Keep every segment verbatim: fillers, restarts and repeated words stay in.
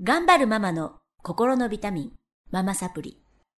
頑張るママの心のビタミン、ママサプリ。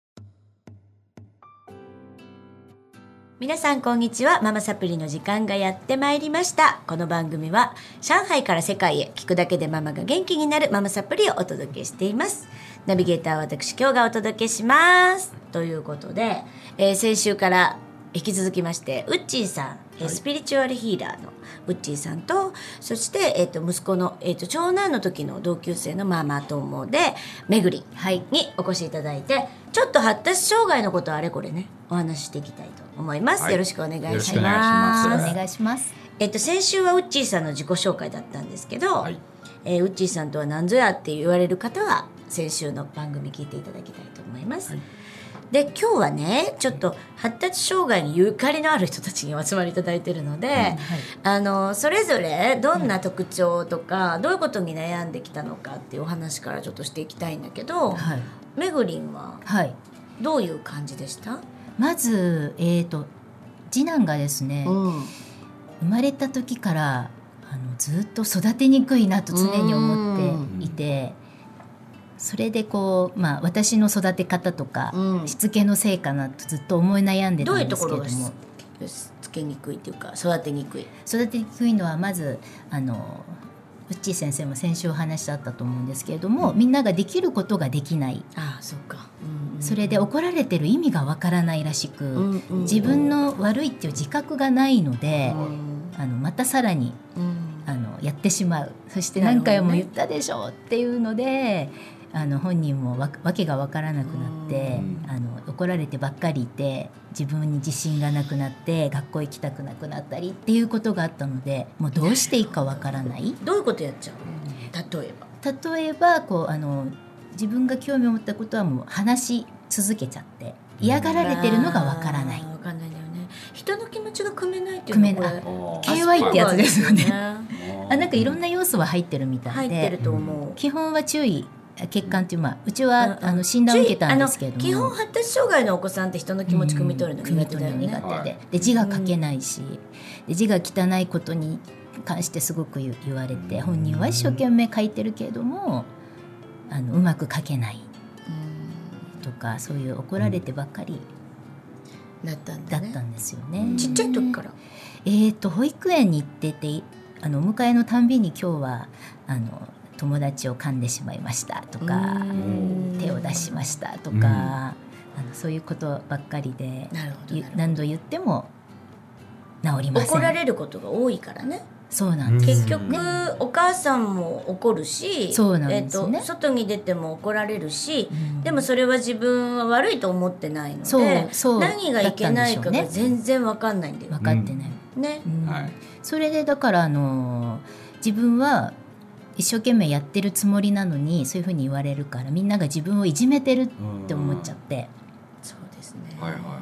皆さんこんにちは。ママサプリの時間がやってまいりました。この番組は上海から世界へ聞くだけでママが元気になるママサプリをお届けしています。ナビゲーターは私今日がお届けします。ということで、えー、先週から引き続きましてウッチーさん、はい、スピリチュアルヒーラーのウッチーさんと、そして、えー、と息子の、えー、と長男の時の同級生のママ友でめぐりにお越しいただいて、ちょっと発達障害のことあれこれねお話ししていきたいと思います、はい、よろしくお願いします。よろしくお願いします。 えっと、先週はウッチーさんの自己紹介だったんですけど、はい、えー、ウッチーさんとは何ぞやって言われる方は先週の番組聞いていただきたいと思います、はい。で今日はねちょっと発達障害にゆかりのある人たちにお集まりいただいているので、うんはい、あのそれぞれどんな特徴とか、うん、どういうことに悩んできたのかっていうお話からちょっとしていきたいんだけど、はい、めぐりんはどういう感じでした？ まず、えーと、次男がですね、うん、生まれた時からあのずっと育てにくいなと常に思っていて、それでこう、まあ、私の育て方とか、うん、しつけのせいかなとずっと思い悩んでたんですけれども、どういうところがしつけにくいというか育てにくい育てにくいのはまずあのウッチー先生も先週お話あったと思うんですけれども、みんなができることができない。 ああそうか、 うんうん、それで怒られてる意味がわからないらしく、うんうん、自分の悪いっていう自覚がないので、うん、あのまたさらに、うん、あのやってしまう。そして何回も言ったでしょっていうので、あの本人もわ訳がわからなくなって、うん、あの怒られてばっかりいて自分に自信がなくなって学校行きたくなくなったりっていうことがあったので、もうどうしていいかわからない。 どういうことやっちゃう？例えば例えばこうあの自分が興味を持ったことはもう話し続けちゃって嫌がられてるのがわからない。 わかんないんだよね。人の気持ちが組めないっていうのはこれケーワイ ってやつですよね。あなんかいろんな要素は入ってるみたいで、 入ってると思う。 基本は注意欠陥っていう、まあ、うちは、うんうん、あの診断を受けたんですけれども、 基本発達障害のお子さんって人の気持ち汲み取るの苦手だよね、 苦手で、で字が書けないし、で字が汚いことに関してすごく言われて、本人は一生懸命書いてるけれどもあのうまく書けないとか、そういう怒られてばっかりだったんだね、 だったんですよね。 ちっちゃい時から、 えーと保育園に行ってて、あのお迎えのたんびに今日はあの友達を噛んでしまいましたとか、手を出しましたとか、あのそういうことばっかりで、なるほどなるほど、何度言っても治りません。 怒られることが多いからね。 そうなんです、 結局、ね、お母さんも怒るし、 そうなんですね、 えーと、外に出ても怒られるし、うん、でもそれは自分は悪いと思ってないので、 そうそう何がいけないかが全然分かんないんだよ。 分かってない、 うん、ね、 うんはい、それでだからあの自分は一生懸命やってるつもりなのにそういうふうに言われるから、みんなが自分をいじめてるって思っちゃって、 そうですね、 はいはいはい、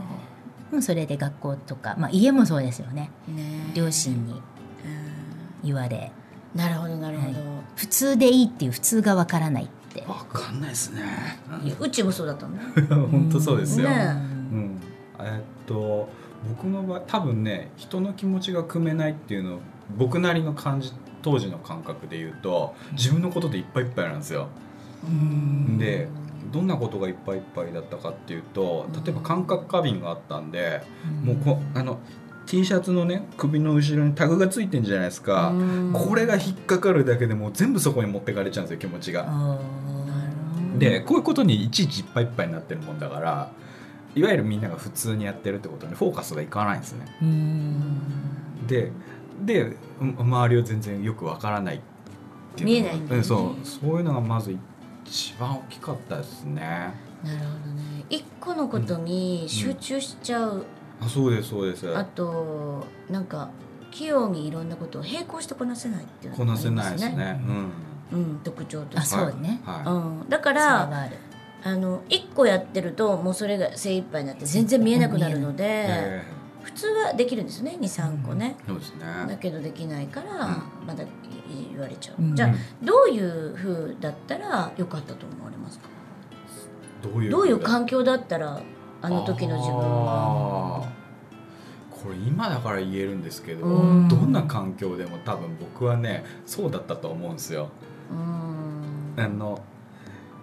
もうそれで学校とか、まあ、家もそうですよ ね, ね両親に言われ、 なるほどなるほど、はい、 普通でいいっていう普通がわからないって。 わかんないですね。 うちもそうだったの本当そうですよ、 ね、 うん、えっと僕の場合多分ね、人の気持ちが組めないっていうのを僕なりの感じ、当時の感覚で言うと自分のことでいっぱいいっぱいなんですよ。うんでどんなことがいっぱいいっぱいだったかっていうと、例えば感覚過敏があったんで、もうこあの T シャツのね首の後ろにタグがついてんじゃないですか。これが引っかかるだけでもう全部そこに持ってかれちゃうんですよ、気持ちが。でこういうことにいちいちいっぱいいっぱいになってるもんだから、いわゆるみんなが普通にやってるってことにフォーカスがいかないんですね。でで周りは全然よくわからないっていう、 見えないんだよね。 そう、そういうのがまず一番大きかったですね。 なるほどね。一個のことに集中しちゃう、うんうん、 あそうですそうです。 あとなんか器用にいろんなことを並行してこなせないっていうのがありますね。こなせないですね、 うん、うん、特徴として。 あそうね、 はいうん、だからあの一個やってるともうそれが精一杯になって全然見えなくなるので、えー普通はできるんですよね、にさんこね、 うん、そうですね。 だけどできないから、うん、まだ言われちゃう、 うん、 じゃあどういう風だったらよかったと思われますか？ どういうどういう環境だったらあの時の自分は。 これ今だから言えるんですけど、うん、どんな環境でも多分僕はねそうだったと思うんですよ。 うんあの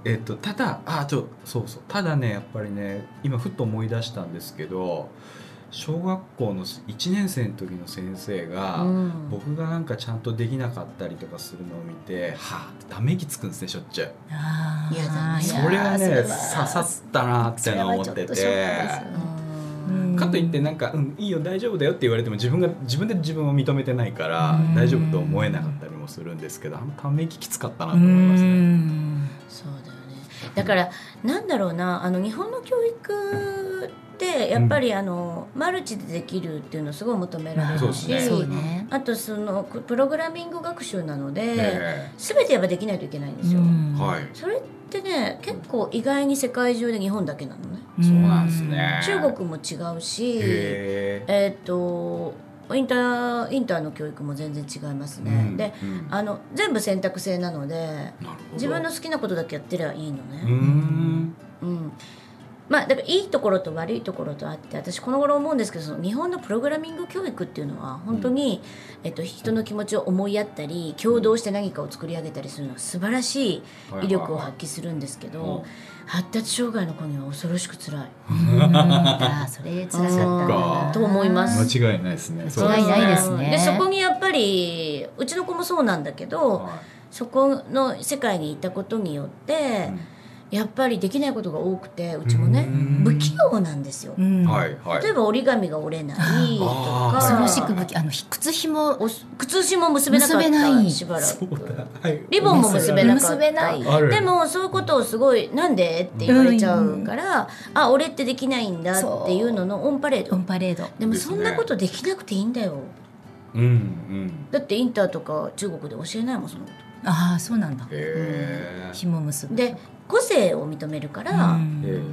えっとただあちょそうそうただねやっぱりね今ふっと思い出したんですけど、小学校のいちねん生の時の先生が、うん、僕がなんかちゃんとできなかったりとかするのを見てはあってため息つくんですね、しょっちゅう。 あいやだね、 それはね刺さったなっての思ってて、かといってなんか、うん、いいよ大丈夫だよって言われても自分が自分で自分を認めてないから大丈夫と思えなかったりもするんですけど、あのため息きつかったなと思いますね。 そうだよね。だからなんだろうな、あの日本の教育ってやっぱりあの、うん、マルチでできるっていうのすごい求められるし、ね、あとそのプログラミング学習なので、ね、全てやっぱできないといけないんですよ、うんはい、それってね結構意外に世界中で日本だけなのね、 うん、そうなんですね。 中国も違うし、えー、っとインター、インターの教育も全然違いますね、うん、で、うん、あの全部選択制なので自分の好きなことだけやってりゃいいのね。うん、うんまあ、だからいいところと悪いところとあって、私この頃思うんですけど、その日本のプログラミング教育っていうのは本当に、うんえっと、人の気持ちを思いやったり共同して何かを作り上げたりするのは素晴らしい威力を発揮するんですけど、はいはいはい、発達障害の子には恐ろしく辛い。 あそれ辛かったなと思います。 間違いないですね。 間違いないですね。 でそこにやっぱりうちの子もそうなんだけど、はい、そこの世界にいたことによって、うんやっぱりできないことが多くて、うちもね不器用なんですよ、うんはいはい、例えば折り紙が折れないとか恐ろしく不器用、あの靴紐靴紐結べなかったしばらく、はい、リボンも結べなかった、でもそういうことをすごいなんでって言われちゃうから、うん、あ俺ってできないんだっていうののオンパレード、 オンパレードでもそんなことできなくていいんだよ、うんうん、だってインターとか中国で教えないもんそのこと。 ああそうなんだ、へー、紐結ぶで個性を認めるから、うん、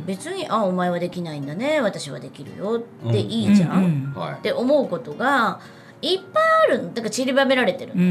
別にあお前はできないんだね私はできるよっていいじゃん、うんうん、って思うことがいっぱいある。だから散りばめられてる、うん、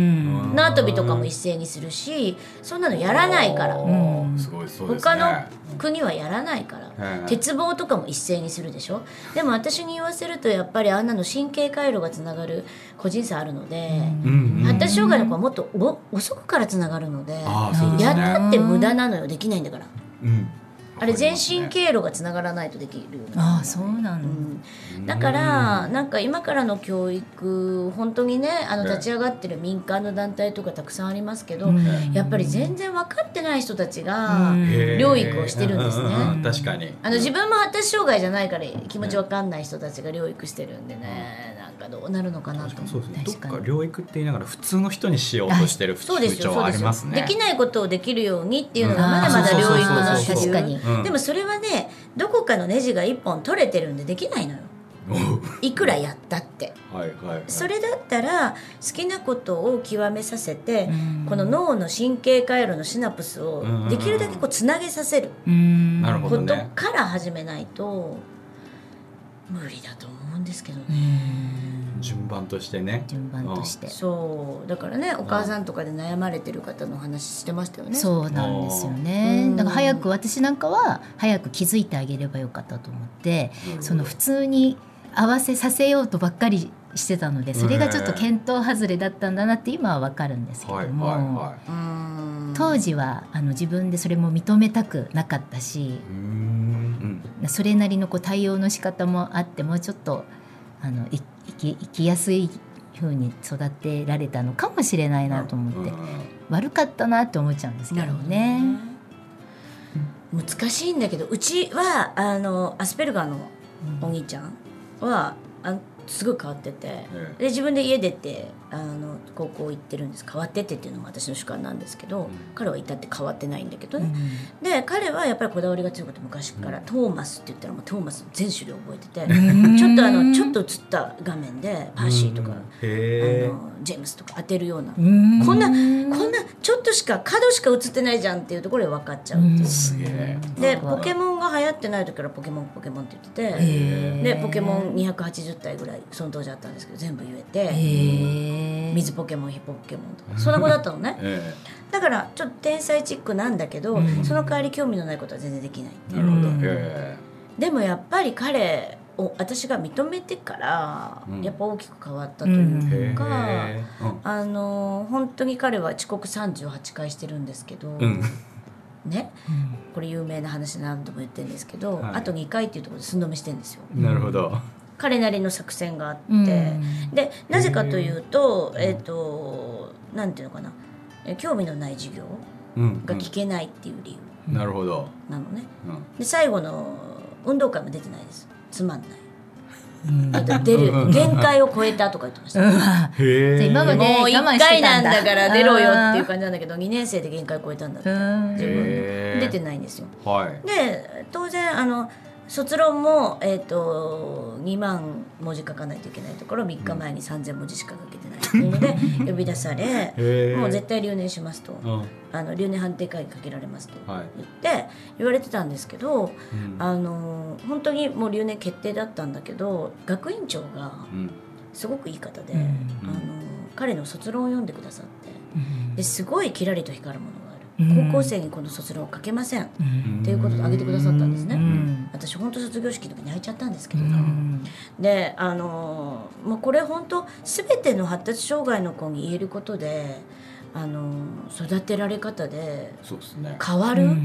縄跳びとかも一斉にするしそんなのやらないから、うん、すごいそうですね、他の国はやらないから、うん、鉄棒とかも一斉にするでしょ。でも私に言わせるとやっぱりあんなの神経回路がつながる個人差あるので、うん、発達障害の子はもっとお遅くからつながるの で, で、ね、やったって無駄なのよ、できないんだから、うんあれ全身経路がつながらないとできるような、 ああそうなんだ、 うん、だからなんか今からの教育本当にねあの立ち上がってる民間の団体とかたくさんありますけど、うん、やっぱり全然分かってない人たちが療育をしてるんですね、うん、 確かにあの自分も発達障害じゃないから気持ち分かんない人たちが療育してるんでね、なんかどうなるのかなと思って。そうですね、 どっか療育って言いながら普通の人にしようとしてる風潮はありますね。 できないことをできるようにっていうのがまだまだ療育の主流。確かに、うん、でもそれはねどこかのネジが一本取れてるんでできないのよいくらやったって、はいはいはい、それだったら好きなことを極めさせて、うん、この脳の神経回路のシナプスをできるだけこうつなげさせることから始めないと無理だと思うんですけどね。 順番としてね、 順番として、 そうだからねお母さんとかで悩まれてる方の話してましたよね。 そうなんですよね。だから早く私なんかは早く気づいてあげればよかったと思って、その普通に合わせさせようとばっかりしてたので、それがちょっと見当外れだったんだなって今は分かるんですけども、はいはいはい、うん当時はあの自分でそれも認めたくなかったし、うんそれなりのこう対応の仕方もあってもうちょっとあの生き、生きやすい風に育てられたのかもしれないなと思って、悪かったなって思っちゃうんですけどね。 難しいんだけどうちはあのアスペルガーのお兄ちゃんは、うん、あすごい変わってて、で自分で家出てあの高校行ってるんです。変わっててっていうのも私の主観なんですけど、うん、彼はいたって変わってないんだけどね、うん、で彼はやっぱりこだわりが強くて昔から、うん、トーマスって言ったらもうトーマス全種類覚えてて、うん、ちょっとあのちょっと映った画面でパーシーとか、うん、あのジェームスとか当てるような、うん、こんなこんなちょっとしか角しか映ってないじゃんっていうところで分かっちゃうっていう、うん、すげえ。でポケモンが流行ってない時からポケモンポケモンって言ってて、でポケモンにひゃくはちじゅったいぐらいその当時あったんですけど全部言えて、水ポケモンヒポポケモンとかそんな子だったのね、えー、だからちょっと天才チックなんだけど、うん、その代わり興味のないことは全然できないっていうので、えー、でもやっぱり彼を私が認めてから、うん、やっぱ大きく変わったというか、うん、あの本当に彼は遅刻さんじゅうはちかいしてるんですけど、うんね、 これ有名な話何度も言ってるんですけど、 はい、 あとにかいっていうところで寸止めしてるんですよ。 なるほど。 彼なりの作戦があって、 うん、 でなぜかというと、えっ、ー、となんていうのかな、興味のない授業が聞けないっていう理由、 うんうん、なるほどなのね、 うん、 で最後の運動会も出てないです。つまんない、うん、あと出る限界を超えたとか言ってました、ね、 へ今までもういっかいなんだから出ろよっていう感じなんだけど、にねん生で限界超えたんだって自分出てないんですよ、はい、で当然あの卒論も、えー、とにまん文字書かないといけないところみっかまえにさんぜん文字しか書けてないっていうので呼び出されもう絶対留年しますと、うん、あの留年判定会議かけられますと言って言われてたんですけど、はい、あの本当にもう留年決定だったんだけど学院長がすごくいい方で、うん、あの彼の卒論を読んでくださって、うん、ですごいキラリと光るものが高校生にこの卒論を書けません、うん、っていうことを挙げてくださったんですね、うん、私本当卒業式の時泣いちゃったんですけど、うん、であの、まあ、これ本当全ての発達障害の子に言えることであの育てられ方で変わる、うん、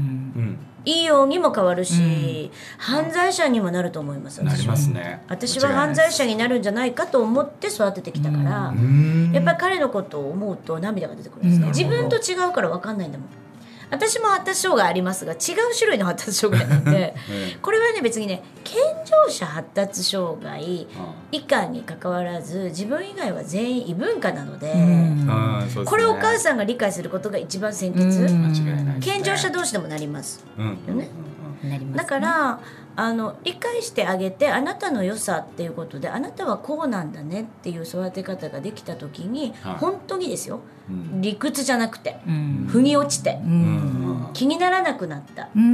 いいようにも変わるし、うん、犯罪者にもなると思います私は。なりますね。私は犯罪者になるんじゃないかと思って育ててきたから、うん、やっぱり彼のことを思うと涙が出てくるんですね、うん、自分と違うから分かんないんだもん。私も発達障害ありますが違う種類の発達障害なんで、うん、これはね別にね健常者発達障害以下に関わらず自分以外は全員異文化なので、うんうん、これをお母さんが理解することが一番先決、うん、健常者同士でもなります、うんよねうんうん、だからあの理解してあげてあなたの良さっていうことであなたはこうなんだねっていう育て方ができた時に、はい、本当にですよ、うん、理屈じゃなくて、うん、腑に落ちて、うん、気にならなくなった、うん、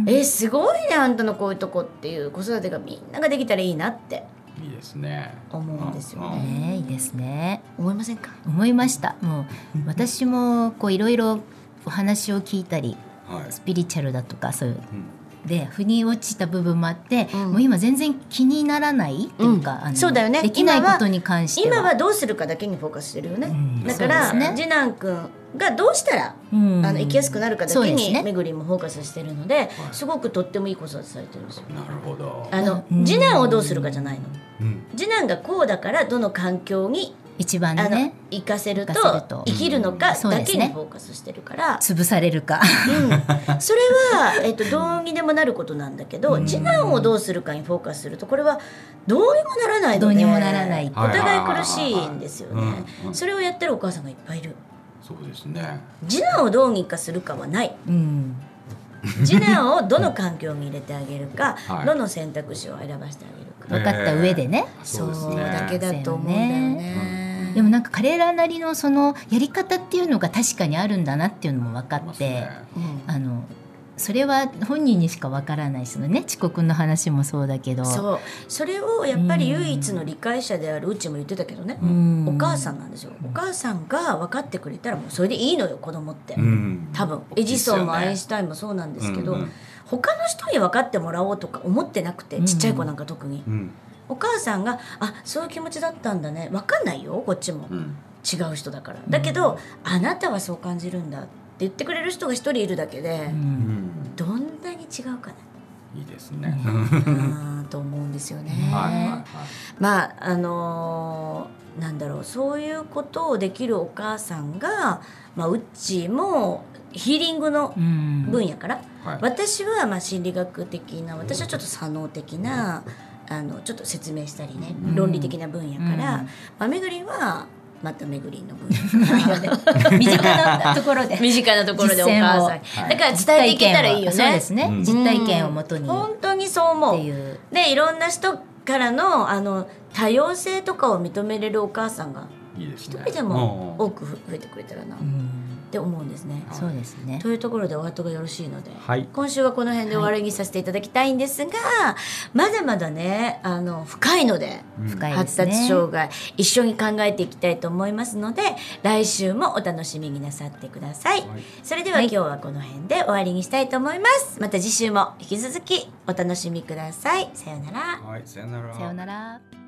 えすごいねあんたのこういうとこっていう子育てがみんなができたらいいなっていいですね思うんですよね、 ねいいですね思いませんか。 思いました。もう私もこういろいろお話を聞いたり、はい、スピリチュアルだとかそういう、うんで腑に落ちた部分もあって、うん、もう今全然気にならないっていうか、うん、あのそうだよね、 できないことに関しては今はどうするかだけにフォーカスしてるよね、うん、だから、ね、次男くんがどうしたら、うん、あの生きやすくなるかだけにめぐりもフォーカスしてるので、すごくとってもいい子育てされてるんですよ。 なるほど。 あの、うん、次男をどうするかじゃないの、うん、次男がこうだからどの環境に一番ね生かせると生きるのかだけにフォーカスしてるから、うんね、 潰されるか、 うん、それは、えー、とどうにでもなることなんだけど、うん、次男をどうするかにフォーカスするとこれはどうにもならないのでどうにもならないお互い苦しいんですよね、うん、それをやってるお母さんがいっぱいいる。 そうですね。 次男をどうにかするかはない、うん、次男をどの環境に入れてあげるか、はい、どの選択肢を選ばせてあげるか分かった上でね、 えー、そうですね、そうだけだと思うんだよね。 でもなんか彼らなりのそのやり方っていうのが確かにあるんだなっていうのも分かって、ねうん、あのそれは本人にしか分からないそのね遅刻の話もそうだけどそうそれをやっぱり唯一の理解者であるうちも言ってたけどね、うん、お母さんなんですよ。お母さんが分かってくれたらもうそれでいいのよ子供って、うん、多分エジソンもアインシュタインもそうなんですけど、うんうん、他の人に分かってもらおうとか思ってなくてちっちゃい子なんか特に、うんうんお母さんがあそういう気持ちだったんだね分かんないよこっちも、うん、違う人だからだけど、うん、あなたはそう感じるんだって言ってくれる人が一人いるだけで、うん、どんなに違うかねいいですね、 うん、と思うんですよね、はいはいはい、まああのー、なんだろうそういうことをできるお母さんが、まあ、うちもヒーリングの分野から、うんはい、私はまあ心理学的な私はちょっと左脳的な、うんあのちょっと説明したりね、うん、論理的な分野から、うんまあ、めぐりはまためぐりの分野から身近なところで身近なところでお母さん、はい、だから伝えていけたらいいよね。 そうですね、うん、実体験をもとに本当にそう思うっていうでいろんな人からの、あの多様性とかを認めれるお母さんが一人でも多く増えてくれたらな、うんって思うんですね。 そうですね。 というところでお後がよろしいので、 はい、 今週はこの辺で終わりにさせていただきたいんですが、はい、まだまだねあの深いので、うん、発達障害一緒に考えていきたいと思いますので来週もお楽しみになさってください、はい、それでは今日はこの辺で終わりにしたいと思います。また次週も引き続きお楽しみください。さようなら。 はい、さようなら。 さようなら。